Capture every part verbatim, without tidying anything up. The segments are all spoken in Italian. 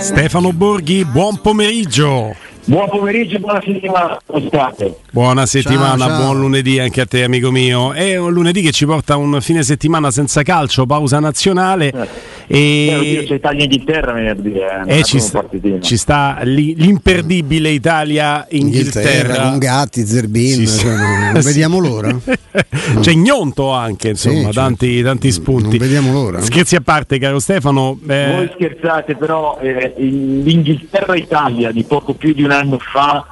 Stefano Borghi, buon pomeriggio. Buon pomeriggio e buona settimana. Buona settimana, ciao, ciao. Buon lunedì anche a te, amico mio. È un lunedì che ci porta a un fine settimana senza calcio, pausa nazionale. Eh. E Beh, oddio, c'è Italia-Inghilterra venerdì. Eh, e ci sta, ci sta lì, l'imperdibile Italia-Inghilterra. Inghilterra con Gatti, Zerbin, Sì, sì. cioè, non Sì. vediamo l'ora. C'è Gnonto anche, insomma, Sì, tanti, cioè, tanti spunti. non vediamo l'ora. Scherzi a parte, caro Stefano. eh, Voi scherzate, però eh, l'Inghilterra-Italia di poco più di un anno fa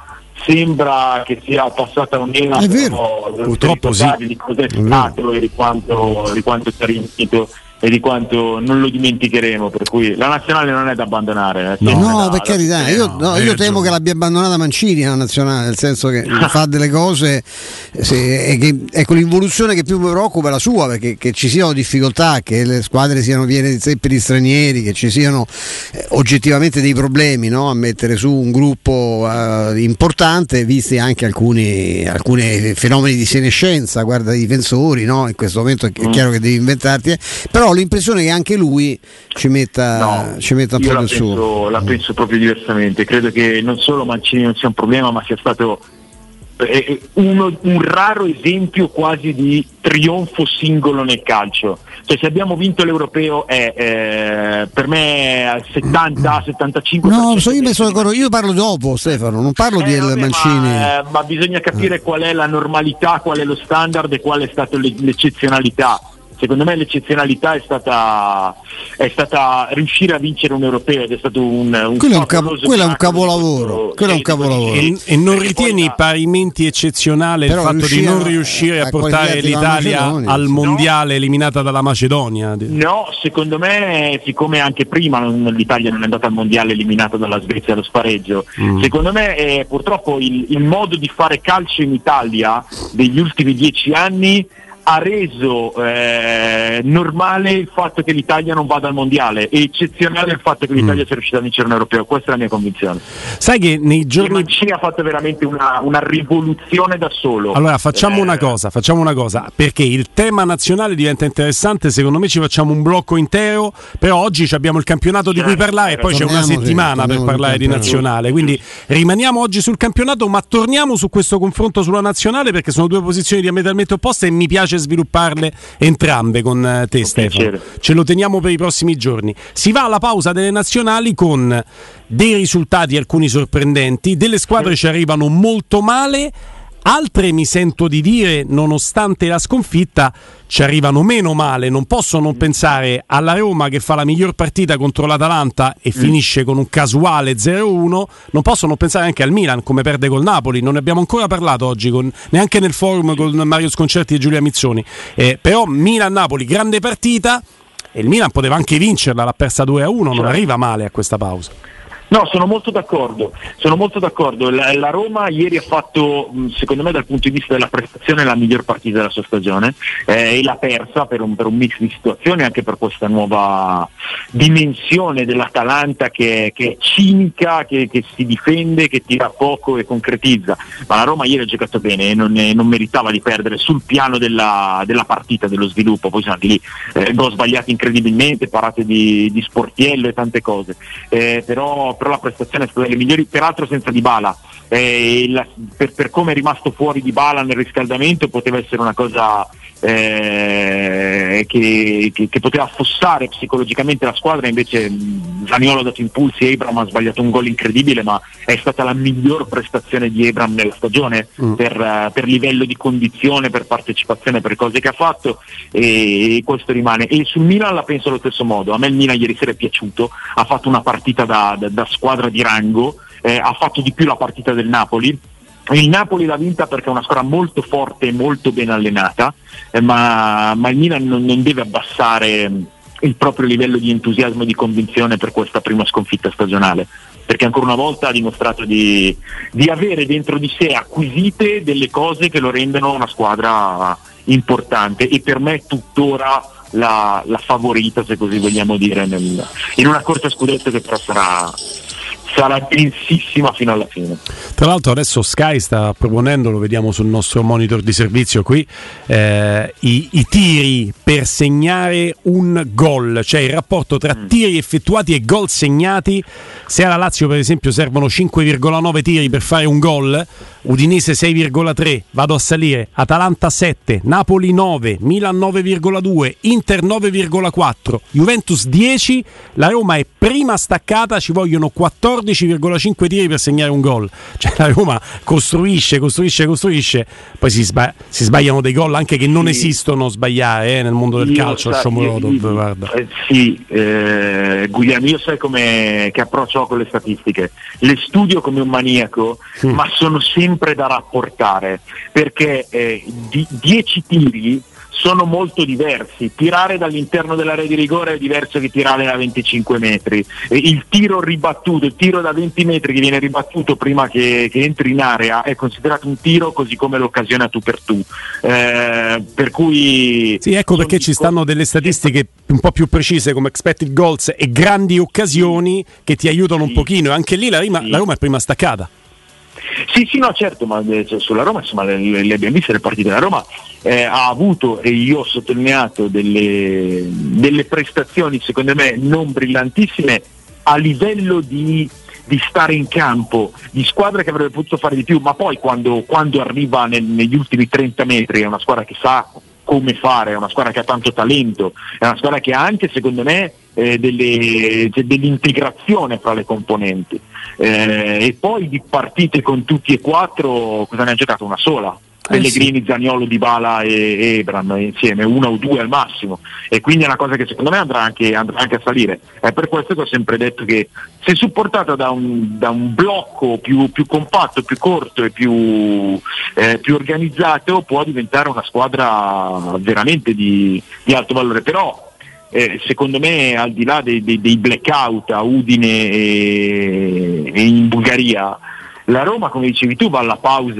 sembra che sia passata un'era, È vero. però, Purtroppo sì. di cos'è stato e di quanto, di quanto sia riempito e di quanto non lo dimenticheremo, per cui la nazionale non è da abbandonare. No. No, per carità, io, no, io temo che l'abbia abbandonata Mancini la nazionale, nel senso che fa delle cose se, e che, ecco, l'involuzione che più mi preoccupa è la sua, perché che ci siano difficoltà, che le squadre siano piene di zeppi di stranieri, che ci siano eh, oggettivamente dei problemi, no? A mettere su un gruppo eh, importante, visti anche alcuni, alcuni fenomeni di senescenza, guarda i difensori, no? In questo momento è chiaro che devi inventarti, eh. Però ho l'impressione che anche lui ci metta, No, ci metta un io po' la del penso, suo. la penso proprio diversamente. Credo che non solo Mancini non sia un problema, ma sia stato eh, uno, un raro esempio quasi di trionfo singolo nel calcio. Cioè, se abbiamo vinto l'Europeo è eh, per me al settanta settantacinque per cento. No, so io, mi sono d'accordo, io parlo dopo, Stefano, non parlo Eh, di vabbè, Mancini. Ma, eh, ma bisogna capire qual è la normalità, qual è lo standard e qual è stata le- l'eccezionalità. Secondo me l'eccezionalità è stata è stata riuscire a vincere un europeo ed è stato un, un Quello è un, capo- favoloso quello è un miracolo capolavoro, di questo- quello è un di questo capolavoro. E, genere. e non E ritieni poi la- parimenti eccezionale il Però fatto di riuscire non a- riuscire a a portare qualificarti dalla l'Italia Macedonia, al sì. mondiale eliminata dalla Macedonia? No, secondo me, siccome anche prima non- l'Italia non è andata al mondiale eliminata dalla Svezia allo spareggio, Mm. secondo me eh, purtroppo il, il modo di fare calcio in Italia degli ultimi dieci anni ha reso eh, normale il fatto che l'Italia non vada al mondiale e eccezionale il fatto che l'Italia Mm. sia riuscita a vincere un europeo. Questa è la mia convinzione. Sai che nei E giorni Mancini ha fatto veramente una, una rivoluzione da solo. Allora facciamo Eh, una cosa, facciamo una cosa, perché il tema nazionale diventa interessante, secondo me ci facciamo un blocco intero, però oggi ci abbiamo il campionato di cui Certo, parlare e poi c'è una torniamo, sì, settimana per torniamo parlare sul di campionato. nazionale, quindi rimaniamo oggi sul campionato ma torniamo su questo confronto sulla nazionale perché sono due posizioni diametralmente opposte e mi piace svilupparle entrambe con eh, te, Con Stefano. piacere. Ce lo teniamo per i prossimi giorni. Si va alla pausa delle nazionali con dei risultati alcuni sorprendenti, delle squadre ci arrivano molto male, altre mi sento di dire, nonostante la sconfitta, ci arrivano meno male. Non posso non pensare alla Roma che fa la miglior partita contro l'Atalanta e finisce con un casuale zero uno, non posso non pensare anche al Milan come perde col Napoli. Non ne abbiamo ancora parlato oggi con, neanche nel forum con Mario Sconcerti e Giulia Mizzoni, eh, però Milan-Napoli, grande partita e il Milan poteva anche vincerla, l'ha persa due a uno, non arriva male a questa pausa. No, sono molto d'accordo, sono molto d'accordo. La, la Roma ieri ha fatto, mh, secondo me dal punto di vista della prestazione, la miglior partita della sua stagione eh, e l'ha persa per un, per un mix di situazioni, anche per questa nuova dimensione dell'Atalanta che, che è cinica, che, che si difende, che tira poco e concretizza. Ma la Roma ieri ha giocato bene e non, non meritava di perdere sul piano della, della partita, dello sviluppo. Poi sono anche lì eh, gol sbagliati incredibilmente, parate di, di Sportiello e tante cose. Eh, però però la prestazione è stata delle migliori, peraltro senza Dybala. Eh, la, per, per come è rimasto fuori Dybala nel riscaldamento poteva essere una cosa eh, che, che, che poteva affossare psicologicamente la squadra, invece mh, Zaniolo ha dato impulsi, Abraham ha sbagliato un gol incredibile, ma è stata la miglior prestazione di Abraham nella stagione mm. per, uh, per livello di condizione, per partecipazione, per cose che ha fatto, e, e questo rimane. E sul Milan la penso allo stesso modo. A me il Milan ieri sera è piaciuto, ha fatto una partita da, da, da squadra di rango, eh, ha fatto di più la partita del Napoli. Il Napoli l'ha vinta perché è una squadra molto forte e molto ben allenata, eh, ma, ma il Milan non, non deve abbassare il proprio livello di entusiasmo e di convinzione per questa prima sconfitta stagionale, perché ancora una volta ha dimostrato di, di avere dentro di sé acquisite delle cose che lo rendono una squadra importante, e per me è tuttora la, la favorita, se così vogliamo dire, nel, in una corsa a scudetto che però sarà sarà densissima fino alla fine. Tra l'altro adesso Sky sta proponendo, lo vediamo sul nostro monitor di servizio qui, eh, i, i tiri per segnare un gol, cioè il rapporto tra mm. tiri effettuati e gol segnati. Se alla Lazio per esempio servono cinque virgola nove tiri per fare un gol, Udinese sei virgola tre, vado a salire, Atalanta sette, Napoli nove, Milan nove virgola due, Inter nove virgola quattro, Juventus dieci, la Roma è prima staccata, ci vogliono quattordici virgola cinque tiri per segnare un gol. Cioè la Roma costruisce, costruisce, costruisce, poi si, sbaglia, si sbagliano dei gol anche che non sì. esistono sbagliare eh, nel mondo del io calcio. Sa, io, guarda. Eh, sì, eh, Guglielmo, io sai come che approccio ho con le statistiche, le studio come un maniaco, mm. ma sono sempre da rapportare, perché eh, di dieci tiri sono molto diversi. Tirare dall'interno dell'area di rigore è diverso che tirare da venticinque metri. Il tiro ribattuto, il tiro da venti metri che viene ribattuto prima che, che entri in area è considerato un tiro, così come l'occasione a tu per tu. Eh, per cui sì, ecco perché ci stanno delle statistiche un po' più precise come expected goals e grandi occasioni che ti aiutano sì. un pochino. E anche lì la Roma, sì. la Roma è prima staccata. Sì, sì, no, certo, ma cioè, sulla Roma insomma le, le abbiamo viste le partite. La Roma eh, ha avuto, e io ho sottolineato, delle, delle prestazioni secondo me non brillantissime a livello di, di stare in campo, di squadra che avrebbe potuto fare di più, ma poi quando, quando arriva nel, negli ultimi trenta metri è una squadra che sa come fare, è una squadra che ha tanto talento, è una squadra che ha anche secondo me eh, delle, cioè, dell'integrazione fra le componenti. Eh, e poi di partite con tutti e quattro cosa ne ha giocato? Una sola. Pellegrini, eh sì. Zaniolo, Dybala e Ebram insieme, una o due al massimo, e quindi è una cosa che secondo me andrà anche, andrà anche a salire. È per questo che ho sempre detto che se supportata da un, da un blocco più, più compatto, più corto e più, eh, più organizzato, può diventare una squadra veramente di, di alto valore. Però Eh, secondo me, al di là dei, dei, dei blackout a Udine e, e in Bulgaria, la Roma, come dicevi tu, va alla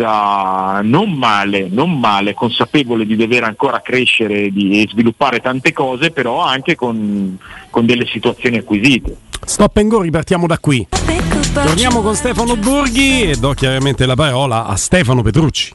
pausa non male, non male, consapevole di dover ancora crescere di, e sviluppare tante cose, però anche con, con delle situazioni acquisite. Stop and go, ripartiamo da qui. Torniamo con Stefano Borghi e do chiaramente la parola a Stefano Petrucci.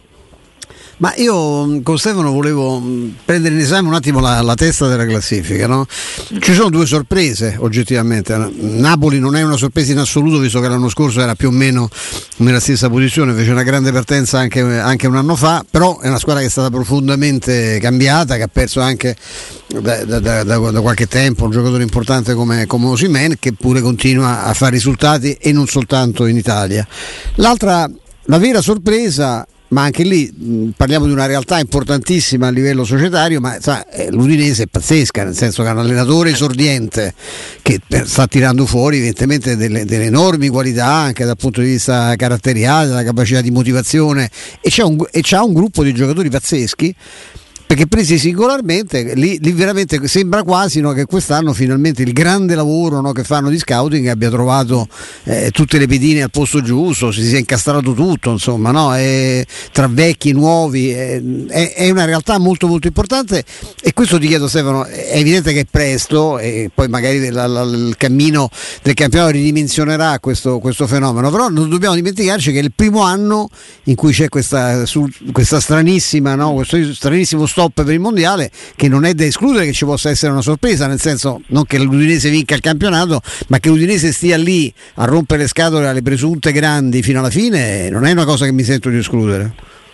Ma io con Stefano volevo prendere in esame un attimo la, la testa della classifica, no? Ci sono due sorprese oggettivamente. Napoli non è una sorpresa in assoluto, visto che l'anno scorso era più o meno nella stessa posizione, fece una grande partenza anche, anche un anno fa, però è una squadra che è stata profondamente cambiata, che ha perso anche da, da, da, da qualche tempo un giocatore importante come, come Osimhen, che pure continua a fare risultati e non soltanto in Italia. L'altra, la vera sorpresa, ma anche lì mh, parliamo di una realtà importantissima a livello societario, ma sa, eh, l'Udinese è pazzesca, nel senso che è un allenatore esordiente che eh, sta tirando fuori evidentemente delle, delle enormi qualità anche dal punto di vista caratteriale, della capacità di motivazione, e c'è un, e c'ha un gruppo di giocatori pazzeschi, perché presi singolarmente lì, lì veramente sembra quasi, no, che quest'anno finalmente il grande lavoro, no, che fanno di scouting abbia trovato eh, tutte le pedine al posto giusto, si sia incastrato tutto, insomma, no? E, tra vecchi e nuovi è, è, è una realtà molto molto importante, e questo ti chiedo Stefano, è evidente che è presto e poi magari la, la, il cammino del campionato ridimensionerà questo, questo fenomeno, però non dobbiamo dimenticarci che è il primo anno in cui c'è questa, su, questa stranissima, no, questo stranissimo stop per il mondiale, che non è da escludere che ci possa essere una sorpresa, nel senso non che l'Udinese vinca il campionato, ma che l'Udinese stia lì a rompere le scatole alle presunte grandi fino alla fine, non è una cosa che mi sento di escludere.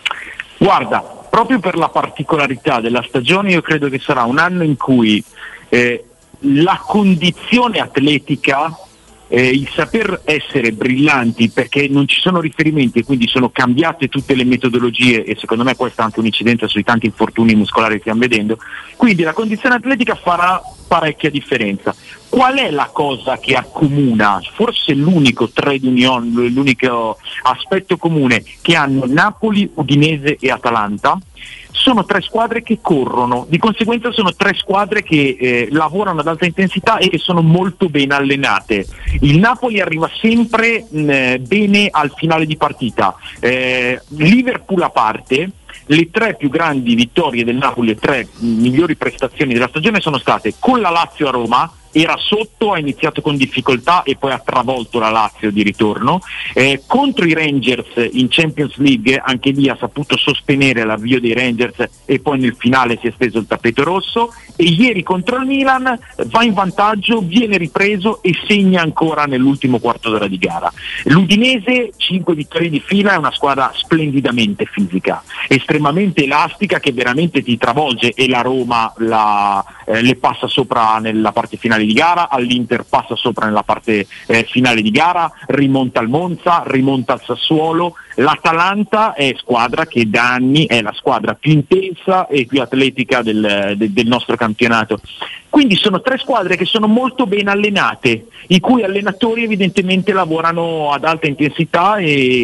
Guarda, proprio per la particolarità della stagione, io credo che sarà un anno in cui eh, la condizione atletica, Eh, il saper essere brillanti, perché non ci sono riferimenti e quindi sono cambiate tutte le metodologie, e secondo me questa è anche un'incidenza sui tanti infortuni muscolari che stiamo vedendo, quindi la condizione atletica farà parecchia differenza. Qual è la cosa che accomuna, forse l'unico trade union, l'unico aspetto comune che hanno Napoli, Udinese e Atalanta? Sono tre squadre che corrono, di conseguenza sono tre squadre che eh, lavorano ad alta intensità e che sono molto ben allenate. Il Napoli arriva sempre mh, bene al finale di partita, eh, Liverpool a parte. Le tre più grandi vittorie del Napoli, le tre migliori prestazioni della stagione sono state con la Lazio a Roma, era sotto, ha iniziato con difficoltà e poi ha travolto la Lazio di ritorno. Eh, contro i Rangers in Champions League anche lì ha saputo sostenere l'avvio dei Rangers e poi nel finale si è steso il tappeto rosso, e ieri contro il Milan va in vantaggio, viene ripreso e segna ancora nell'ultimo quarto d'ora di gara. L'Udinese, cinque vittorie di fila, è una squadra splendidamente fisica, estremamente elastica, che veramente ti travolge, e la Roma la, eh, le passa sopra nella parte finale di gara, all'Inter passa sopra nella parte eh, finale di gara, rimonta al Monza, rimonta al Sassuolo. L'Atalanta è squadra che da anni è la squadra più intensa e più atletica del, del, del nostro campionato. Quindi sono tre squadre che sono molto ben allenate, i cui allenatori evidentemente lavorano ad alta intensità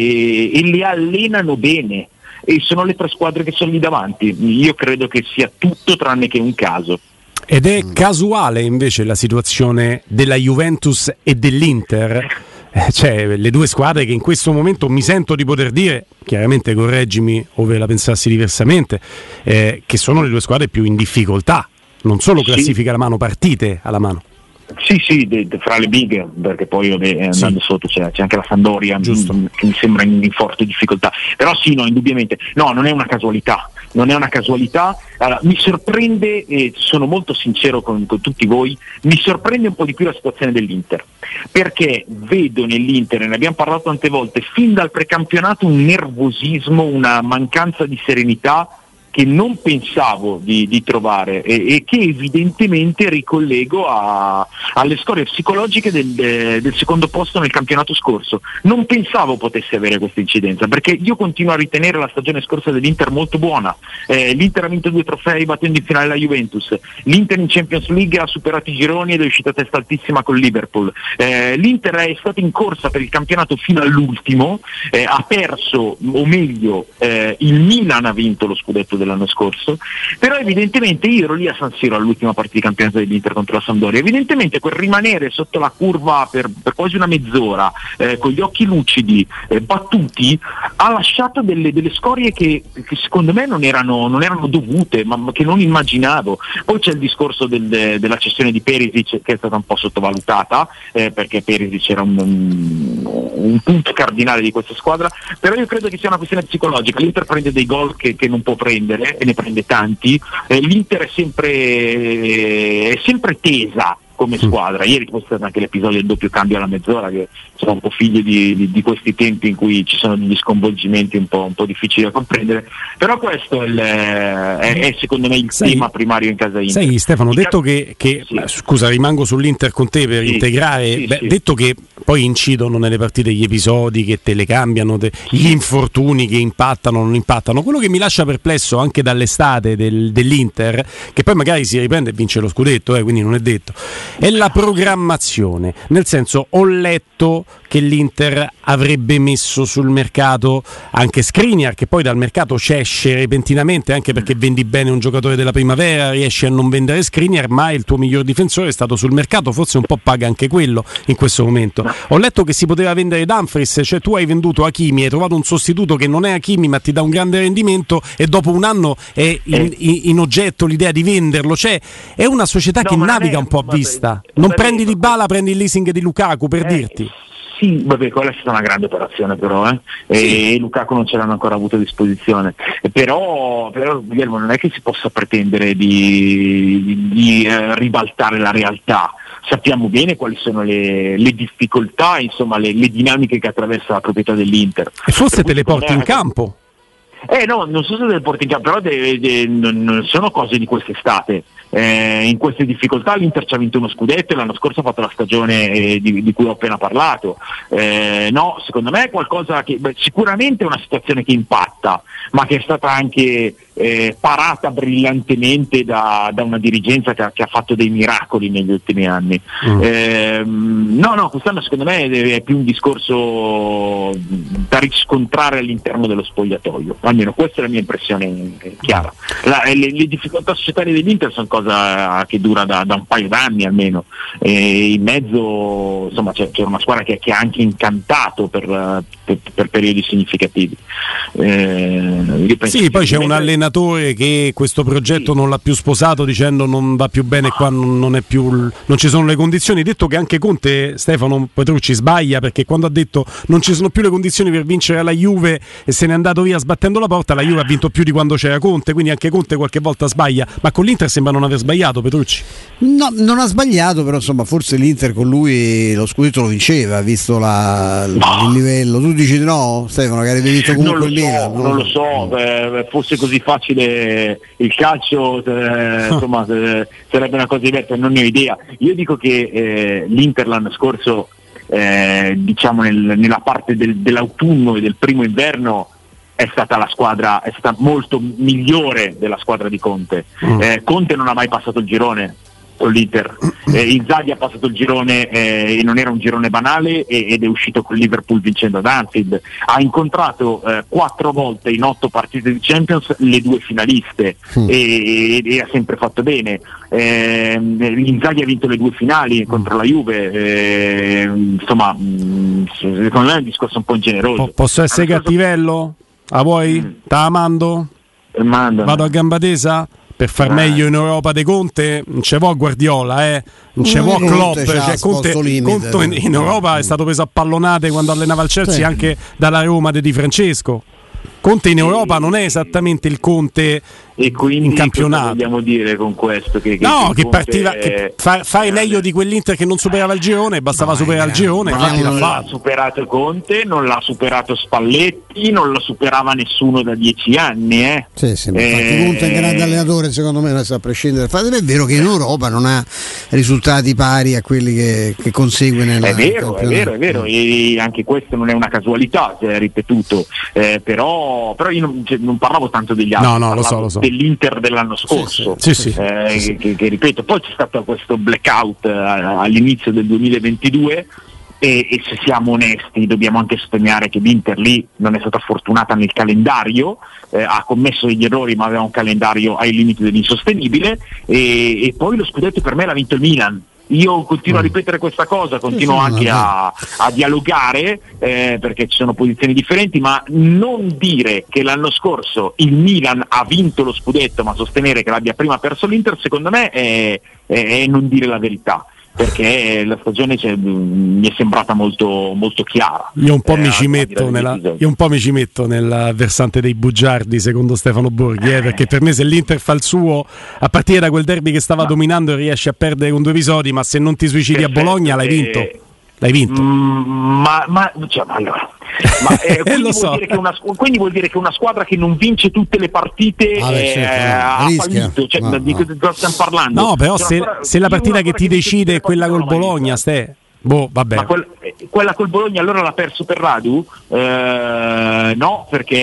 e, e le allenano bene, e sono le tre squadre che sono lì davanti. Io credo che sia tutto tranne che un caso. Ed è casuale invece la situazione della Juventus e dell'Inter? Eh, cioè, le due squadre che in questo momento mi sento di poter dire, chiaramente correggimi ove la pensassi diversamente, eh, che sono le due squadre più in difficoltà, non solo classifica sì. alla mano, partite alla mano. Sì, sì, de, de, fra le big, perché poi vabbè, andando sì. sotto c'è, c'è anche la Sampdoria, mh, che mi sembra in, in forte difficoltà. Però sì, no, indubbiamente, no, non è una casualità, non è una casualità. Allora, mi sorprende, e sono molto sincero con, con tutti voi, mi sorprende un po' di più la situazione dell'Inter, perché vedo nell'Inter, ne abbiamo parlato tante volte, fin dal precampionato un nervosismo, una mancanza di serenità che non pensavo di, di trovare e, e che evidentemente ricollego a, alle scorie psicologiche del, de, del secondo posto nel campionato scorso. Non pensavo potesse avere questa incidenza, perché io continuo a ritenere la stagione scorsa dell'Inter molto buona. Eh, L'Inter ha vinto due trofei battendo in finale la Juventus, l'Inter in Champions League ha superato i gironi ed è uscita a testa altissima con Liverpool. Eh, L'Inter è stata in corsa per il campionato fino all'ultimo, eh, ha perso, o meglio eh, il Milan ha vinto lo scudetto dell'anno scorso, però evidentemente io ero lì a San Siro all'ultima partita di campionato dell'Inter contro la Sampdoria, evidentemente quel rimanere sotto la curva per, per quasi una mezz'ora eh, con gli occhi lucidi, eh, battuti, ha lasciato delle, delle scorie che, che secondo me non erano, non erano dovute, ma, ma che non immaginavo. Poi c'è il discorso del, de, della cessione di Perisic, che è stata un po' sottovalutata, eh, perché Perisic era un, un, un punto cardinale di questa squadra, però io credo che sia una questione psicologica. L'Inter prende dei gol che, che non può prendere e ne prende tanti, eh, l'Inter è sempre, è sempre tesa come squadra. Ieri poi è stato anche l'episodio del doppio cambio alla mezz'ora, che sono un po' figli di, di, di questi tempi in cui ci sono degli sconvolgimenti un po', un po' difficili da comprendere, però questo è, il, è, è secondo me il sei, tema primario in casa Inter. Sai Stefano, detto che, che sì. scusa, rimango sull'Inter con te per sì. integrare, sì, beh, sì. detto che poi incidono nelle partite gli episodi che te le cambiano, te, gli infortuni che impattano o non impattano, quello che mi lascia perplesso anche dall'estate del, dell'Inter, che poi magari si riprende e vince lo scudetto, eh, quindi non è detto, è la programmazione. Nel senso, ho letto che l'Inter avrebbe messo sul mercato anche Skriniar, che poi dal mercato c'esce repentinamente, anche perché vendi bene un giocatore della primavera, riesci a non vendere Skriniar, ma il tuo miglior difensore è stato sul mercato, forse un po' paga anche quello in questo momento. Ho letto che si poteva vendere Dumfries, cioè tu hai venduto Hakimi, hai trovato un sostituto che non è Hakimi ma ti dà un grande rendimento, e dopo un anno è in, in, in oggetto l'idea di venderlo. Cioè è una società no, che naviga è, un po' a vista. Non prendi Dybala, prendi il leasing di Lukaku, per eh, dirti. Sì, vabbè, quella è stata una grande operazione però, eh? e sì. Lukaku non ce l'hanno ancora avuto a disposizione. Però, però Guglielmo, non è che si possa pretendere di, di, di eh, ribaltare la realtà. Sappiamo bene quali sono le, le difficoltà, insomma, le, le dinamiche che attraversa la proprietà dell'Inter. E forse te le porti in campo? Eh no, non so se te le porti in campo, però de, de, non, non sono cose di quest'estate. Eh, in queste difficoltà l'Inter ci ha vinto uno scudetto e l'anno scorso ha fatto la stagione eh, di, di cui ho appena parlato. Eh, no, secondo me è qualcosa che beh, sicuramente è una situazione che impatta, ma che è stata anche eh, parata brillantemente da, da una dirigenza che ha, che ha fatto dei miracoli negli ultimi anni. Mm. Eh, no, no, quest'anno secondo me è più un discorso da riscontrare all'interno dello spogliatoio, almeno questa è la mia impressione chiara. La, le, le difficoltà societarie dell'Inter sono cose cosa che dura da, da un paio d'anni almeno, e in mezzo insomma c'è, c'è una squadra che, che ha anche incantato per, per, per periodi significativi. Eh, sì, poi c'è un allenatore che questo progetto sì. non l'ha più sposato dicendo non va più bene qua, non, non è più, non ci sono le condizioni. Detto che anche Conte, Stefano Petrucci, sbaglia, perché quando ha detto non ci sono più le condizioni per vincere la Juve e se n'è andato via sbattendo la porta, la Juve ha vinto più di quando c'era Conte, quindi anche Conte qualche volta sbaglia, ma con l'Inter sembra non aver sbagliato. Petrucci no, non ha sbagliato, però insomma forse l'Inter con lui lo scudetto lo vinceva, visto la, no. il livello. Tu dici no, Stefano, che avevi vinto comunque il Milan? Non lo so, eh, fosse così facile il calcio, eh, insomma eh, sarebbe una cosa diversa, non ne ho idea. Io dico che eh, l'Inter l'anno scorso eh, diciamo nel, nella parte del, dell'autunno e del primo inverno è stata la squadra, è stata molto migliore della squadra di Conte. Mm. Eh, Conte non ha mai passato il girone con l'Inter, eh, Inzaghi ha passato il girone eh, e non era un girone banale e, ed è uscito con Liverpool vincendo ad Anfield. Ha incontrato eh, quattro volte in otto partite di Champions le due finaliste mm. e, e, e ha sempre fatto bene. Eh, Inzaghi ha vinto le due finali mm. contro la Juve, eh, insomma mh, secondo me è un discorso un po' ingeneroso. Po- posso essere cattivello? Ah, vuoi? Mm. T'amando? Mandami. Vado a gamba tesa? Per far meglio in Europa de Conte non c'è vo' Guardiola, eh? non c'è vo' Klopp, cioè, Conte, limite, Conte in, in Europa è stato preso a pallonate quando allenava il Chelsea, sì. anche dalla Roma de Di Francesco. Conte in Europa non è esattamente il Conte e quindi in campionato. Cosa vogliamo dire con questo? Che, che no, che, che partiva che fa, fai meglio di quell'Inter che non superava il girone, bastava no, superare il girone. Infatti non l'ha superato Conte, non l'ha superato Spalletti, non lo superava nessuno da dieci anni. Eh. Sì, sì, eh, infatti Conte è un grande allenatore, secondo me, a prescindere. È vero che in Europa non ha risultati pari a quelli che, che consegue nel È vero, è vero, è vero, e anche questo non è una casualità, si è ripetuto, eh, però, però io non, cioè, non parlavo tanto degli altri, no, no, lo so, lo so. dell'Inter dell'anno scorso, sì, sì. Sì, eh, sì, sì. Che, che ripeto, poi c'è stato questo blackout eh, all'inizio del duemilaventidue e, e se siamo onesti dobbiamo anche sottolineare che l'Inter lì non è stata fortunata nel calendario, eh, ha commesso degli errori ma aveva un calendario ai limiti dell'insostenibile e, e poi lo scudetto per me l'ha vinto il Milan. Io continuo a ripetere questa cosa, continuo anche a, a dialogare eh, perché ci sono posizioni differenti, ma non dire che l'anno scorso il Milan ha vinto lo scudetto ma sostenere che l'abbia prima perso l'Inter secondo me è, è, è non dire la verità, perché la stagione cioè, mi è sembrata molto, molto chiara. Io un po' eh, mi ci metto nella, io un po' mi ci metto nel versante dei bugiardi secondo Stefano Borghi, eh, perché per me se l'Inter fa il suo a partire da quel derby che stava no. dominando e riesce a perdere con due episodi, ma se non ti suicidi Perfetto, a Bologna l'hai vinto. Eh, l'hai vinto. Mm, ma, ma, cioè, ma allora ma, eh, quindi, vuol so. dire che una, quindi vuol dire che una squadra che non vince tutte le partite ah, beh, certo, eh, no. ha fallito, cioè, no, di cosa no. stiamo parlando? No, però se, se la partita che ti decide è quella col Bologna, Ste boh, vabbè. Ma quel, quella col Bologna allora l'ha perso per Radu? Eh, no,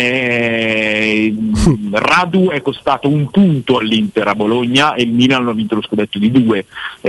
perché Radu è costato un punto all'Inter a Bologna e il Milan ha vinto lo scudetto di due.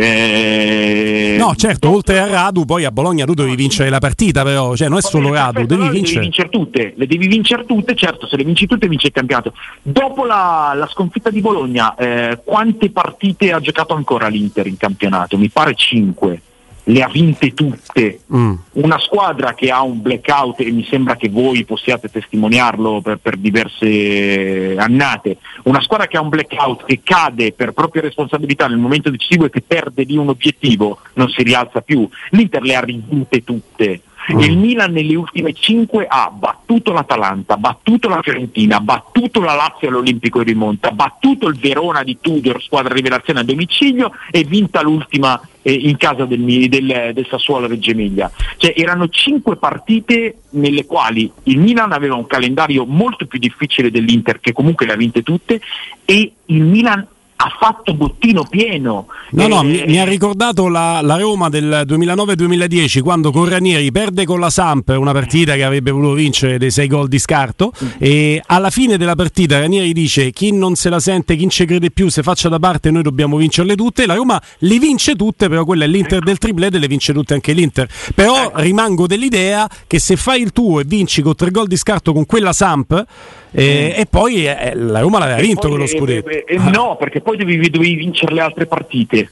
Eh, no, certo, oltre a Radu poi a Bologna tu devi vincere la partita, però, cioè non è solo Radu, devi le vincere. devi vincere tutte, le devi vincere tutte, certo, se le vinci tutte vinci il campionato. Dopo la, la sconfitta di Bologna, eh, quante partite ha giocato ancora l'Inter in campionato? Mi pare cinque. Le ha vinte tutte. Mm. Una squadra che ha un blackout, e mi sembra che voi possiate testimoniarlo per, per diverse annate, una squadra che ha un blackout, che cade per propria responsabilità nel momento decisivo e che perde di un obiettivo, non si rialza più. L'Inter le ha rivinte tutte. Mm. Il Milan nelle ultime cinque ha battuto l'Atalanta, battuto la Fiorentina, battuto la Lazio all'Olimpico in rimonta, battuto il Verona di Tudor, squadra rivelazione a domicilio, e vinta l'ultima eh, in casa del, del, del Sassuolo Reggio Emilia. Cioè erano cinque partite nelle quali il Milan aveva un calendario molto più difficile dell'Inter, che comunque le ha vinte tutte, e il Milan ha fatto bottino pieno. No, eh, no, mi, mi ha ricordato la, la Roma del duemilanove duemiladieci, quando con Ranieri perde con la Samp una partita che avrebbe voluto vincere dei sei gol di scarto, mm. e alla fine della partita Ranieri dice: chi non se la sente, chi non ci crede più, se faccia da parte, noi dobbiamo vincerle tutte. La Roma le vince tutte, però quella è l'Inter del triplete, le vince tutte anche l'Inter. Però rimango dell'idea che se fai il tuo e vinci con tre gol di scarto con quella Samp, eh, mm. e poi eh, la Roma l'aveva vinto con lo scudetto. Eh, eh, no, perché poi dovevi, dovevi vincere le altre partite.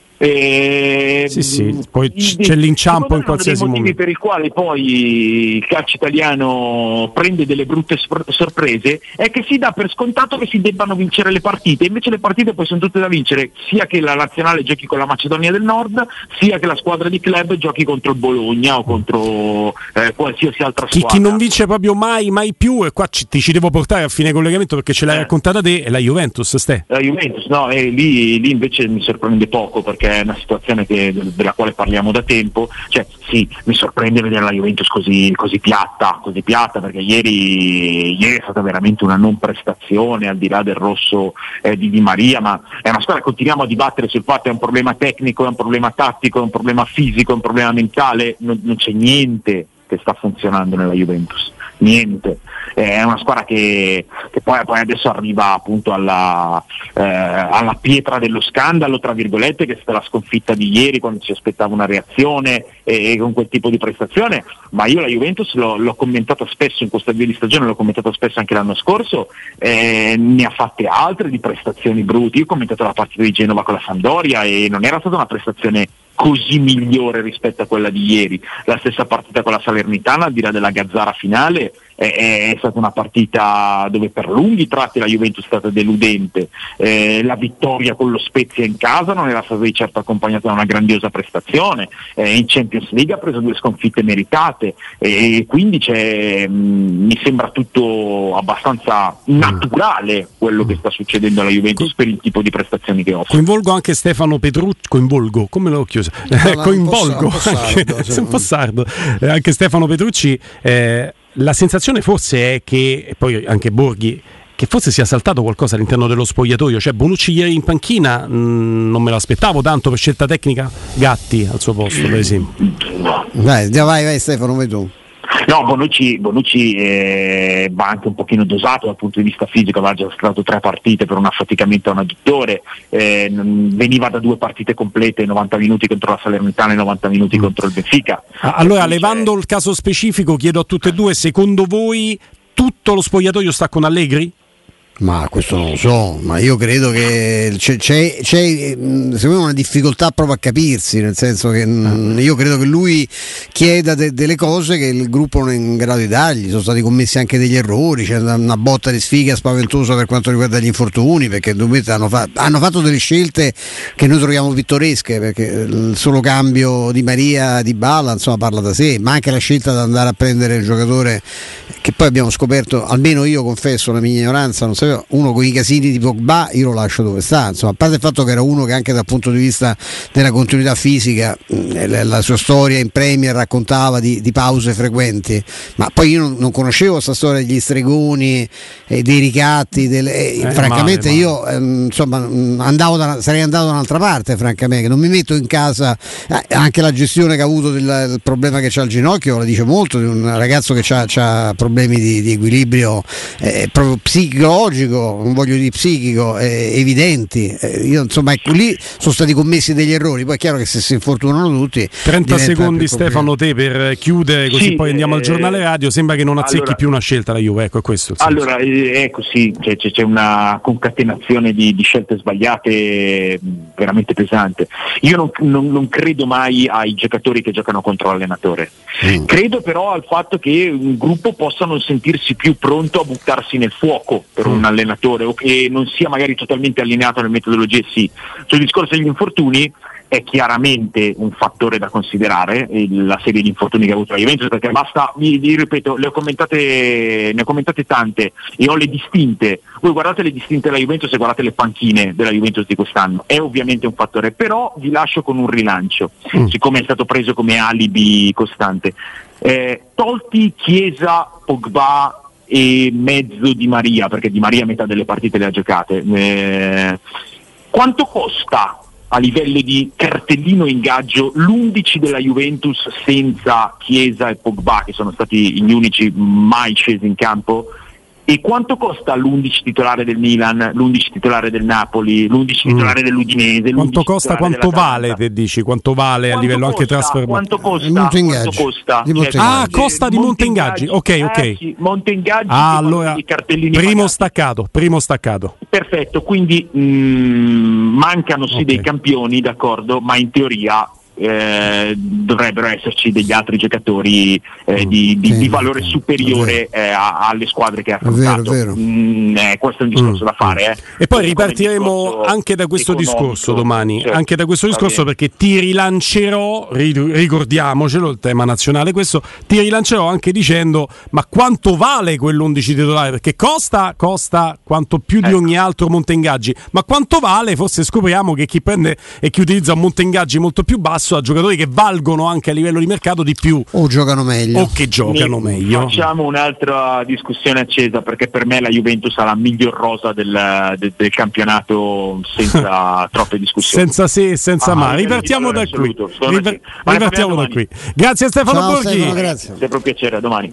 Eh, sì, sì, poi c- c'è l'inciampo in qualsiasi momento. Uno dei motivi momento per il quale poi il calcio italiano prende delle brutte sor- sorprese è che si dà per scontato che si debbano vincere le partite, invece le partite poi sono tutte da vincere, sia che la nazionale giochi con la Macedonia del Nord, sia che la squadra di club giochi contro il Bologna o contro eh, qualsiasi altra chi, squadra. Chi non vince proprio mai, mai più, e qua ci, ti ci devo portare a fine collegamento perché ce l'hai eh. raccontata te, è la Juventus, Ste. La Juventus, no, e lì, lì invece mi sorprende poco perché è una situazione che, della quale parliamo da tempo, cioè sì, mi sorprende vedere la Juventus così, così piatta, così piatta perché ieri, ieri è stata veramente una non prestazione al di là del rosso eh, di Di Maria, ma è una squadra, continuiamo a dibattere sul fatto è un problema tecnico, è un problema tattico, è un problema fisico, è un problema mentale, non, non c'è niente che sta funzionando nella Juventus, niente. È una squadra che, che poi, poi adesso arriva appunto alla, eh, alla pietra dello scandalo, tra virgolette, che è stata la sconfitta di ieri quando si aspettava una reazione e, e con quel tipo di prestazione, ma io la Juventus l'ho, l'ho commentata spesso in questo avvio di stagione, l'ho commentata spesso anche l'anno scorso, eh, ne ha fatte altre di prestazioni brutte. Io ho commentato la partita di Genova con la Sampdoria e non era stata una prestazione così migliore rispetto a quella di ieri. La stessa partita con la Salernitana, al di là della gazzara finale, è, è stata una partita dove per lunghi tratti la Juventus è stata deludente. Eh, la vittoria con lo Spezia in casa non era stata di certo accompagnata da una grandiosa prestazione. Eh, in Champions League ha preso due sconfitte meritate e eh, quindi c'è, mh, mi sembra tutto abbastanza naturale quello che sta succedendo alla Juventus per il tipo di prestazioni che offre. Coinvolgo anche Stefano Petrucci, coinvolgo, come l'ho chiuso? Eh, coinvolgo un anche, sardo, cioè. un po' sardo. Eh, anche Stefano Petrucci, eh, la sensazione forse è che, e poi anche Borghi, che forse sia saltato qualcosa all'interno dello spogliatoio, cioè Bonucci ieri in panchina mh, non me l'aspettavo tanto per scelta tecnica, Gatti al suo posto per esempio. Vai, vai, vai Stefano, vai tu. No, Bonucci, Bonucci eh, va anche un pochino dosato dal punto di vista fisico, aveva già stato tre partite per un affaticamento a un adduttore, eh, veniva da due partite complete, novanta minuti contro la Salernitana e novanta minuti mm. contro il Benfica. Allora, levando il caso specifico, chiedo a tutte e due, secondo voi tutto lo spogliatoio sta con Allegri? Ma questo non lo so, ma io credo che c'è, c'è, c'è secondo me una difficoltà proprio a capirsi, nel senso che io credo che lui chieda de, delle cose che il gruppo non è in grado di dargli. Sono stati commessi anche degli errori, c'è una botta di sfiga spaventosa per quanto riguarda gli infortuni, perché hanno, fa, hanno fatto delle scelte che noi troviamo pittoresche, perché il solo cambio di Maria, di Balla, insomma, parla da sé, ma anche la scelta di andare a prendere il giocatore che poi abbiamo scoperto, almeno io confesso la mia ignoranza, non sapevo, uno con i casini di Pogba io lo lascio dove sta, insomma, a parte il fatto che era uno che anche dal punto di vista della continuità fisica mh, la sua storia in Premier raccontava di, di pause frequenti, ma poi io non, non conoscevo questa storia degli stregoni e dei ricatti delle, e, eh, francamente male, io male. Eh, insomma andavo da, sarei andato da un'altra parte, francamente non mi metto in casa, eh, anche la gestione che ha avuto del, del problema che c'ha al ginocchio la dice molto di un ragazzo che ha problemi di, di equilibrio eh, proprio psicologico, non voglio dire psichico, eh, evidenti. Eh, io insomma ecco, lì sono stati commessi degli errori, poi è chiaro che se si infortunano tutti trenta secondi Stefano te per chiudere così sì, poi andiamo eh, al giornale radio. Sembra che non azzecchi allora, più una scelta la Juve, ecco, è questo allora eh, ecco sì, c'è, c'è una concatenazione di, di scelte sbagliate veramente pesante. Io non, non, non credo mai ai giocatori che giocano contro l'allenatore, mm. credo però al fatto che un gruppo possa non sentirsi più pronto a buttarsi nel fuoco per mm. un allenatore o che non sia magari totalmente allineato nelle metodologie. Sì, sul discorso degli infortuni è chiaramente un fattore da considerare la serie di infortuni che ha avuto la Juventus, perché basta, vi, vi ripeto, le ho commentate, ne ho commentate tante e ho le distinte. Voi guardate le distinte della Juventus e guardate le panchine della Juventus di quest'anno, è ovviamente un fattore, però vi lascio con un rilancio, mm. siccome è stato preso come alibi costante. Eh, tolti Chiesa, Pogba e mezzo Di Maria, perché Di Maria metà delle partite le ha giocate, eh, quanto costa a livello di cartellino ingaggio l'undici della Juventus senza Chiesa e Pogba, che sono stati gli unici mai scesi in campo? E quanto costa l'undici titolare del Milan, l'undici titolare del Napoli, l'undici titolare mm. dell'udinese? Quanto costa, quanto vale, te dici? Quanto vale quanto a livello costa, anche trasfer? Quanto costa? Quanto costa? Di cioè, ah, costa di Monte Ingaggi. Ok, ok. Eh, sì, Monte Ingaggi. Ah, allora, primo pagati. staccato, primo staccato. Perfetto, quindi mh, mancano sì okay. dei campioni, d'accordo, ma in teoria Eh, dovrebbero esserci degli altri giocatori eh, di, di, sì, di valore superiore eh, a, alle squadre che ha affrontato. Vero, vero. Mm, eh, questo è un discorso mm. da fare. Eh. E poi ripartiremo anche da questo discorso domani, certo, anche da questo discorso perché ti rilancerò, ricordiamocelo, il tema nazionale questo, ti rilancerò anche dicendo ma quanto vale quell'undici titolare? Perché costa, costa quanto più di ecco. ogni altro Monte Ingaggi, ma quanto vale? Forse scopriamo che chi prende e chi utilizza un Monte Ingaggi molto più basso a giocatori che valgono anche a livello di mercato di più o giocano meglio o che giocano ne meglio. Facciamo un'altra discussione accesa perché per me la Juventus ha la miglior rosa del, del, del campionato senza troppe discussioni, senza se e senza ah, ma ripartiamo da qui River- ripartiamo da qui grazie a Stefano Ciao, Borghi Stefano, grazie. Sempre un piacere, a domani.